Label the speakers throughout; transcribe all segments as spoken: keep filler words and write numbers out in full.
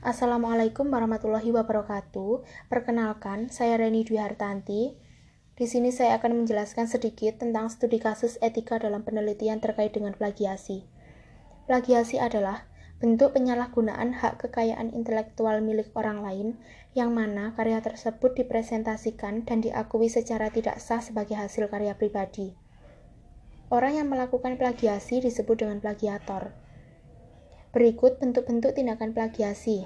Speaker 1: Assalamualaikum warahmatullahi wabarakatuh. Perkenalkan, saya Reni Dwi Hartanti. Di sini saya akan menjelaskan sedikit tentang studi kasus etika dalam penelitian terkait dengan plagiasi. Plagiasi adalah bentuk penyalahgunaan hak kekayaan intelektual milik orang lain yang mana karya tersebut dipresentasikan dan diakui secara tidak sah sebagai hasil karya pribadi. Orang yang melakukan plagiasi disebut dengan plagiator. Berikut bentuk-bentuk tindakan plagiasi.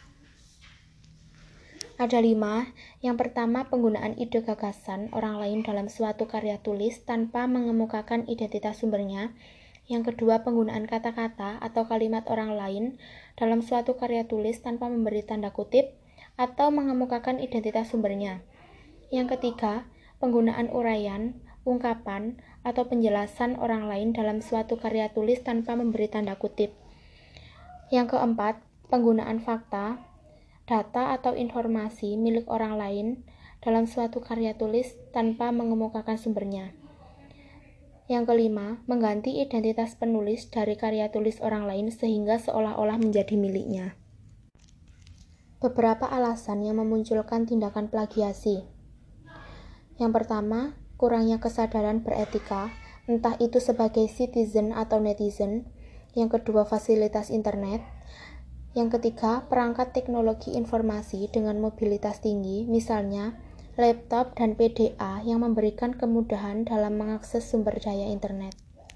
Speaker 1: Ada lima. Yang pertama, penggunaan ide gagasan orang lain dalam suatu karya tulis tanpa mengemukakan identitas sumbernya. Yang kedua, penggunaan kata-kata atau kalimat orang lain dalam suatu karya tulis tanpa memberi tanda kutip atau mengemukakan identitas sumbernya. Yang ketiga, penggunaan uraian, ungkapan, atau penjelasan orang lain dalam suatu karya tulis tanpa memberi tanda kutip. Yang keempat, penggunaan fakta, data atau informasi milik orang lain dalam suatu karya tulis tanpa mengemukakan sumbernya. Yang kelima, mengganti identitas penulis dari karya tulis orang lain sehingga seolah-olah menjadi miliknya. Beberapa alasan yang memunculkan tindakan plagiasi. Yang pertama, kurangnya kesadaran beretika, entah itu sebagai citizen atau netizen. Yang kedua, fasilitas internet. Yang ketiga, perangkat teknologi informasi dengan mobilitas tinggi, misalnya laptop dan P D A yang memberikan kemudahan dalam mengakses sumber daya internet.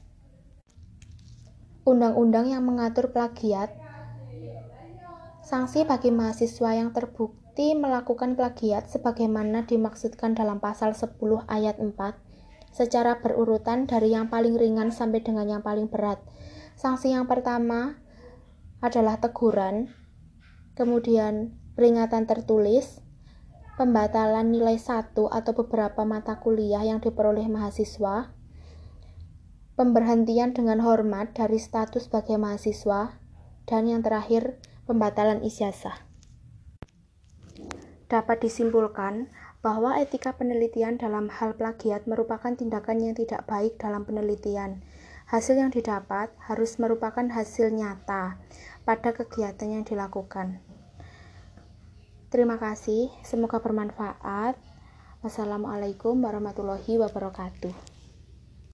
Speaker 1: Undang-undang yang mengatur plagiat. Sanksi bagi mahasiswa yang terbukti melakukan plagiat sebagaimana dimaksudkan dalam pasal sepuluh ayat empat secara berurutan dari yang paling ringan sampai dengan yang paling berat. Sanksi yang pertama adalah teguran, kemudian peringatan tertulis, pembatalan nilai satu atau beberapa mata kuliah yang diperoleh mahasiswa, pemberhentian dengan hormat dari status sebagai mahasiswa, dan yang terakhir, pembatalan ijazah. Dapat disimpulkan bahwa etika penelitian dalam hal plagiat merupakan tindakan yang tidak baik dalam penelitian. Hasil yang didapat harus merupakan hasil nyata pada kegiatan yang dilakukan. Terima kasih, semoga bermanfaat. Wassalamualaikum warahmatullahi wabarakatuh.